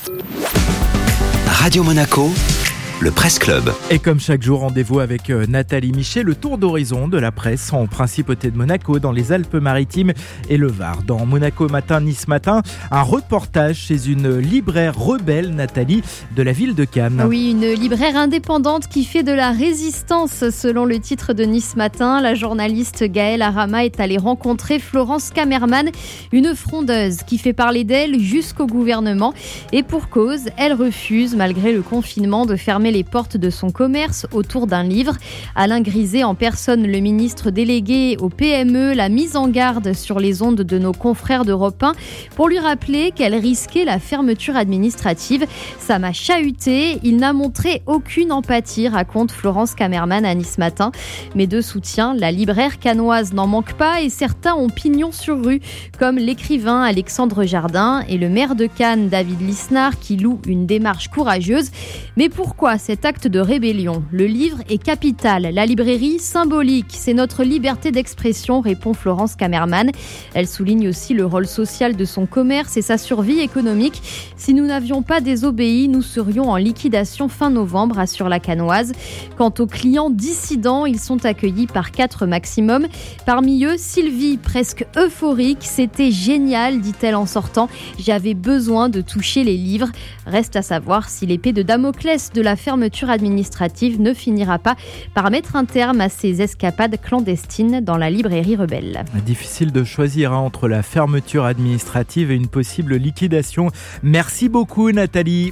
Radio Monaco, le Presse Club. Et comme chaque jour, rendez-vous avec Nathalie Michet, le tour d'horizon de la presse en Principauté de Monaco, dans les Alpes-Maritimes et le Var. Dans Monaco Matin, Nice Matin, un reportage chez une libraire rebelle, Nathalie, de la ville de Cannes. Oui, une libraire indépendante qui fait de la résistance, selon le titre de Nice Matin. La journaliste Gaëlle Arama est allée rencontrer Florence Kamerman, une frondeuse qui fait parler d'elle jusqu'au gouvernement. Et pour cause, elle refuse, malgré le confinement, de fermer les portes de son commerce autour d'un livre. Alain Griset, en personne le ministre délégué au PME, l'a mise en garde sur les ondes de nos confrères d'Europe 1 pour lui rappeler qu'elle risquait la fermeture administrative. Ça m'a chahuté, il n'a montré aucune empathie, raconte Florence Kamerman à Nice Matin. Mais de soutien, la libraire cannoise n'en manque pas et certains ont pignon sur rue, comme l'écrivain Alexandre Jardin et le maire de Cannes, David Lisnard, qui loue une démarche courageuse. Mais pourquoi cet acte de rébellion? Le livre est capital, la librairie symbolique. C'est notre liberté d'expression, répond Florence Kamerman. Elle souligne aussi le rôle social de son commerce et sa survie économique. Si nous n'avions pas désobéi, nous serions en liquidation fin novembre, assure la Cannoise. Quant aux clients dissidents, ils sont accueillis par 4 maximum. Parmi eux, Sylvie, presque euphorique. C'était génial, dit-elle en sortant. J'avais besoin de toucher les livres. Reste à savoir si l'épée de Damoclès de la fermeture administrative ne finira pas par mettre un terme à ces escapades clandestines dans la librairie rebelle. Difficile de choisir entre la fermeture administrative et une possible liquidation. Merci beaucoup Nathalie.